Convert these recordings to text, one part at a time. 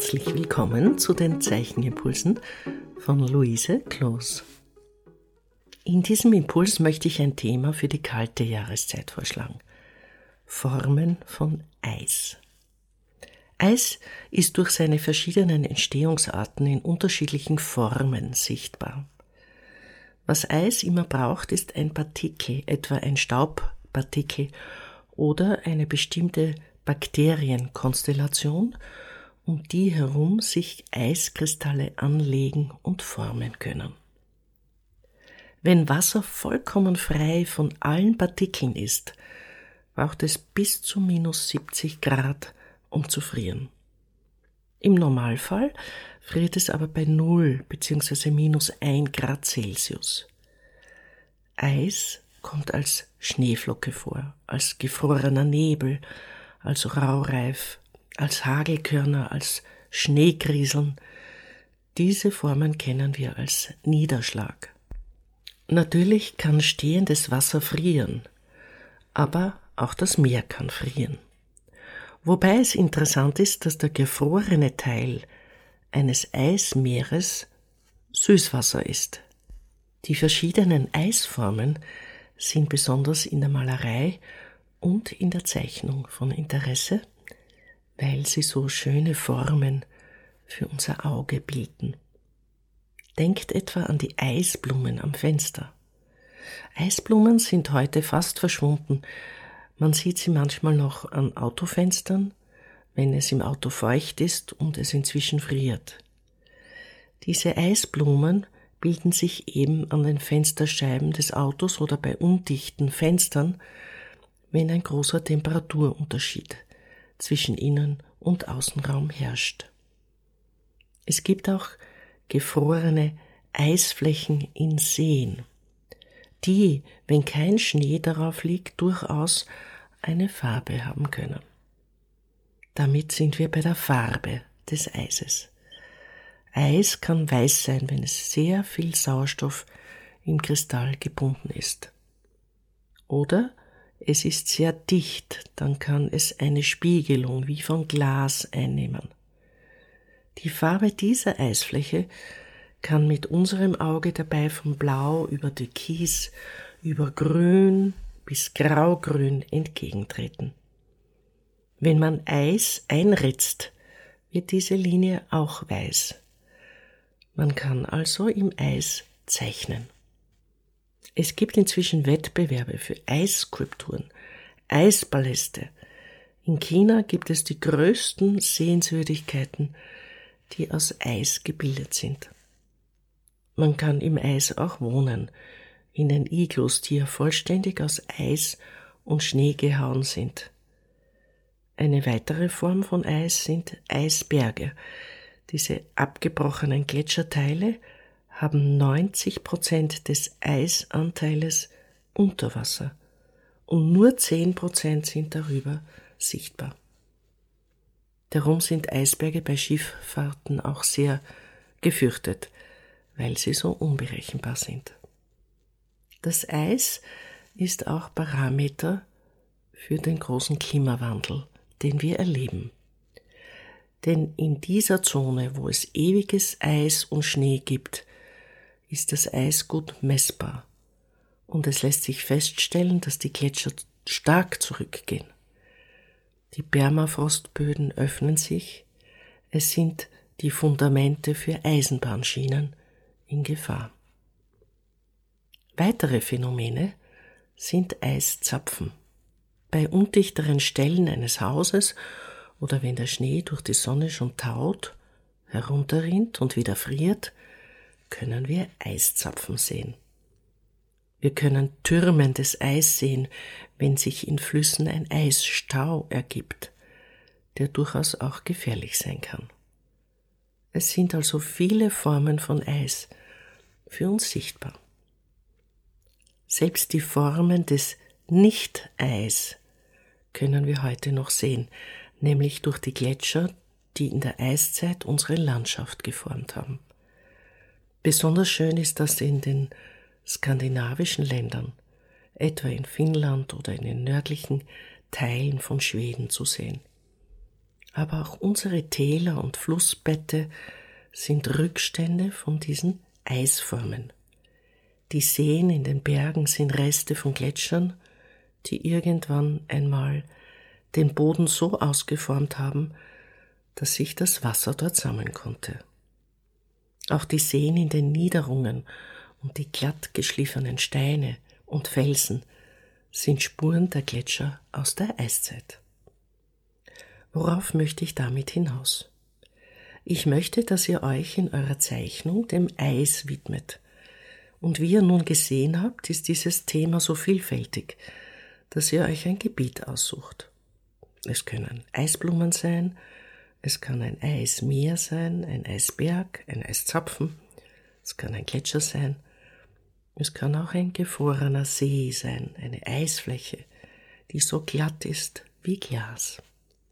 Herzlich willkommen zu den Zeichenimpulsen von Luise Kloos. In diesem Impuls möchte ich ein Thema für die kalte Jahreszeit vorschlagen. Formen von Eis. Eis ist durch seine verschiedenen Entstehungsarten in unterschiedlichen Formen sichtbar. Was Eis immer braucht, ist ein Partikel, etwa ein Staubpartikel oder eine bestimmte Bakterienkonstellation, um die herum sich Eiskristalle anlegen und formen können. Wenn Wasser vollkommen frei von allen Partikeln ist, braucht es bis zu minus 70 Grad, um zu frieren. Im Normalfall friert es aber bei 0 bzw. minus 1 Grad Celsius. Eis kommt als Schneeflocke vor, als gefrorener Nebel, als Raureif, als Hagelkörner, als Schneegrieseln. Diese Formen kennen wir als Niederschlag. Natürlich kann stehendes Wasser frieren, aber auch das Meer kann frieren. Wobei es interessant ist, dass der gefrorene Teil eines Eismeeres Süßwasser ist. Die verschiedenen Eisformen sind besonders in der Malerei und in der Zeichnung von Interesse, weil sie so schöne Formen für unser Auge bilden. Denkt etwa an die Eisblumen am Fenster. Eisblumen sind heute fast verschwunden. Man sieht sie manchmal noch an Autofenstern, wenn es im Auto feucht ist und es inzwischen friert. Diese Eisblumen bilden sich eben an den Fensterscheiben des Autos oder bei undichten Fenstern, wenn ein großer Temperaturunterschied zwischen Innen- und Außenraum herrscht. Es gibt auch gefrorene Eisflächen in Seen, die, wenn kein Schnee darauf liegt, durchaus eine Farbe haben können. Damit sind wir bei der Farbe des Eises. Eis kann weiß sein, wenn es sehr viel Sauerstoff im Kristall gebunden ist. Oder es ist sehr dicht, dann kann es eine Spiegelung wie von Glas einnehmen. Die Farbe dieser Eisfläche kann mit unserem Auge dabei von Blau über Türkis, über Grün bis Graugrün entgegentreten. Wenn man Eis einritzt, wird diese Linie auch weiß. Man kann also im Eis zeichnen. Es gibt inzwischen Wettbewerbe für Eisskulpturen, Eispaläste. In China gibt es die größten Sehenswürdigkeiten, die aus Eis gebildet sind. Man kann im Eis auch wohnen, in den Iglus, die ja vollständig aus Eis und Schnee gehauen sind. Eine weitere Form von Eis sind Eisberge. Diese abgebrochenen Gletscherteile haben 90% des Eisanteiles unter Wasser und nur 10% sind darüber sichtbar. Darum sind Eisberge bei Schifffahrten auch sehr gefürchtet, weil sie so unberechenbar sind. Das Eis ist auch Parameter für den großen Klimawandel, den wir erleben. Denn in dieser Zone, wo es ewiges Eis und Schnee gibt, ist das Eis gut messbar. Und es lässt sich feststellen, dass die Gletscher stark zurückgehen. Die Permafrostböden öffnen sich. Es sind die Fundamente für Eisenbahnschienen in Gefahr. Weitere Phänomene sind Eiszapfen. Bei undichteren Stellen eines Hauses oder wenn der Schnee durch die Sonne schon taut, herunterrinnt und wieder friert, können wir Eiszapfen sehen. Wir können türmendes Eis sehen, wenn sich in Flüssen ein Eisstau ergibt, der durchaus auch gefährlich sein kann. Es sind also viele Formen von Eis für uns sichtbar. Selbst die Formen des Nicht-Eis können wir heute noch sehen, nämlich durch die Gletscher, die in der Eiszeit unsere Landschaft geformt haben. Besonders schön ist das in den skandinavischen Ländern, etwa in Finnland oder in den nördlichen Teilen von Schweden zu sehen. Aber auch unsere Täler und Flussbette sind Rückstände von diesen Eisformen. Die Seen in den Bergen sind Reste von Gletschern, die irgendwann einmal den Boden so ausgeformt haben, dass sich das Wasser dort sammeln konnte. Auch die Seen in den Niederungen und die glatt geschliffenen Steine und Felsen sind Spuren der Gletscher aus der Eiszeit. Worauf möchte ich damit hinaus? Ich möchte, dass ihr euch in eurer Zeichnung dem Eis widmet. Und wie ihr nun gesehen habt, ist dieses Thema so vielfältig, dass ihr euch ein Gebiet aussucht. Es können Eisblumen sein, es kann ein Eismeer sein, ein Eisberg, ein Eiszapfen, es kann ein Gletscher sein, es kann auch ein gefrorener See sein, eine Eisfläche, die so glatt ist wie Glas.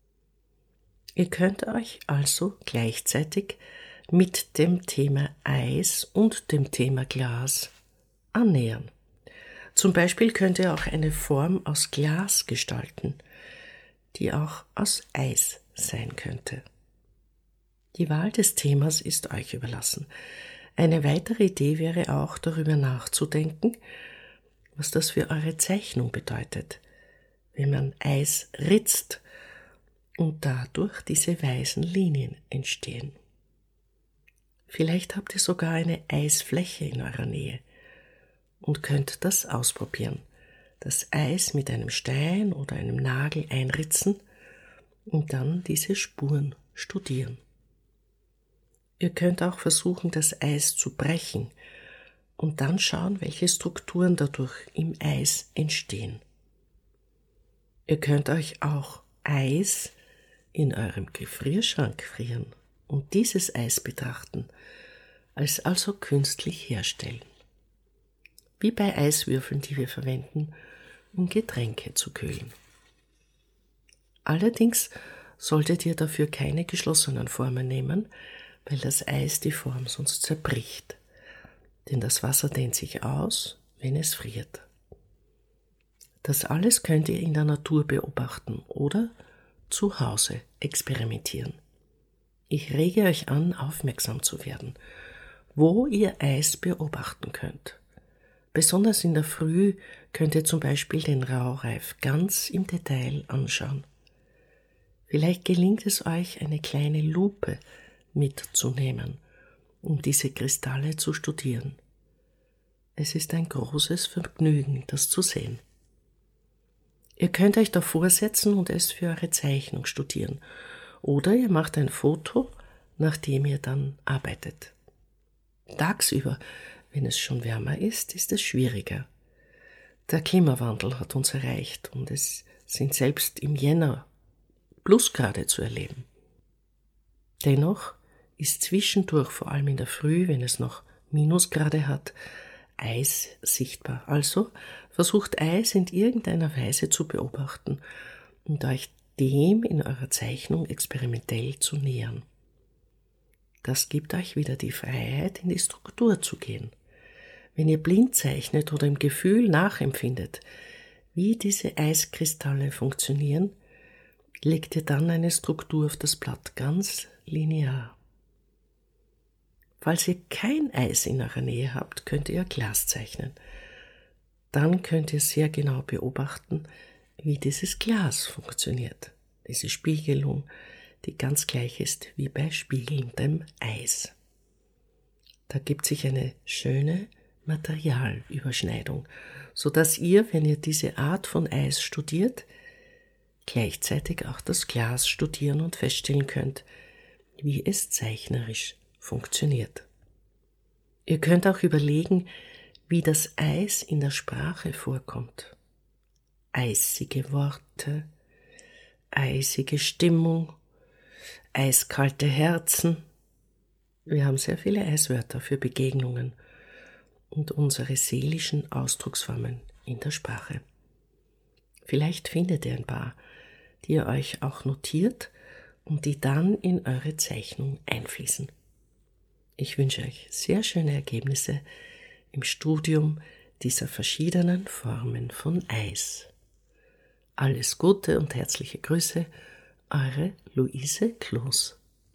Ihr könnt euch also gleichzeitig mit dem Thema Eis und dem Thema Glas annähern. Zum Beispiel könnt ihr auch eine Form aus Glas gestalten, die auch aus Eis sein könnte. Die Wahl des Themas ist euch überlassen. Eine weitere Idee wäre auch, darüber nachzudenken, was das für eure Zeichnung bedeutet, wenn man Eis ritzt und dadurch diese weißen Linien entstehen. Vielleicht habt ihr sogar eine Eisfläche in eurer Nähe und könnt das ausprobieren. Das Eis mit einem Stein oder einem Nagel einritzen und dann diese Spuren studieren. Ihr könnt auch versuchen, das Eis zu brechen und dann schauen, welche Strukturen dadurch im Eis entstehen. Ihr könnt euch auch Eis in eurem Gefrierschrank frieren und dieses Eis betrachten, als also künstlich herstellen. Wie bei Eiswürfeln, die wir verwenden, um Getränke zu kühlen. Allerdings solltet ihr dafür keine geschlossenen Formen nehmen, weil das Eis die Form sonst zerbricht. Denn das Wasser dehnt sich aus, wenn es friert. Das alles könnt ihr in der Natur beobachten oder zu Hause experimentieren. Ich rege euch an, aufmerksam zu werden, wo ihr Eis beobachten könnt. Besonders in der Früh könnt ihr zum Beispiel den Raureif ganz im Detail anschauen. Vielleicht gelingt es euch, eine kleine Lupe mitzunehmen, um diese Kristalle zu studieren. Es ist ein großes Vergnügen, das zu sehen. Ihr könnt euch davor setzen und es für eure Zeichnung studieren. Oder ihr macht ein Foto, nach dem ihr dann arbeitet. Tagsüber, wenn es schon wärmer ist, ist es schwieriger. Der Klimawandel hat uns erreicht und es sind selbst im Jänner Plusgrade zu erleben. Dennoch ist zwischendurch, vor allem in der Früh, wenn es noch Minusgrade hat, Eis sichtbar. Also versucht Eis in irgendeiner Weise zu beobachten und euch dem in eurer Zeichnung experimentell zu nähern. Das gibt euch wieder die Freiheit, in die Struktur zu gehen. Wenn ihr blind zeichnet oder im Gefühl nachempfindet, wie diese Eiskristalle funktionieren, legt ihr dann eine Struktur auf das Blatt ganz linear. Falls ihr kein Eis in eurer Nähe habt, könnt ihr Glas zeichnen. Dann könnt ihr sehr genau beobachten, wie dieses Glas funktioniert. Diese Spiegelung, die ganz gleich ist wie bei spiegelndem Eis. Da gibt sich eine schöne Materialüberschneidung, sodass ihr, wenn ihr diese Art von Eis studiert, gleichzeitig auch das Glas studieren und feststellen könnt, wie es zeichnerisch funktioniert. Ihr könnt auch überlegen, wie das Eis in der Sprache vorkommt. Eisige Worte, eisige Stimmung, eiskalte Herzen. Wir haben sehr viele Eiswörter für Begegnungen und unsere seelischen Ausdrucksformen in der Sprache. Vielleicht findet ihr ein paar, die ihr euch auch notiert und die dann in eure Zeichnung einfließen. Ich wünsche euch sehr schöne Ergebnisse im Studium dieser verschiedenen Formen von Eis. Alles Gute und herzliche Grüße Eure Luise Kloos.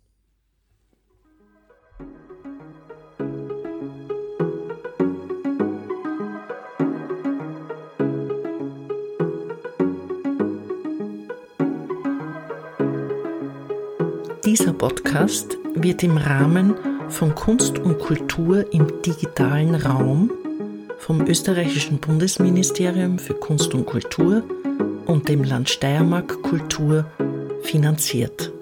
Dieser Podcast wird im Rahmen von Kunst und Kultur im digitalen Raum vom Österreichischen Bundesministerium für Kunst und Kultur und dem Land Steiermark Kultur finanziert.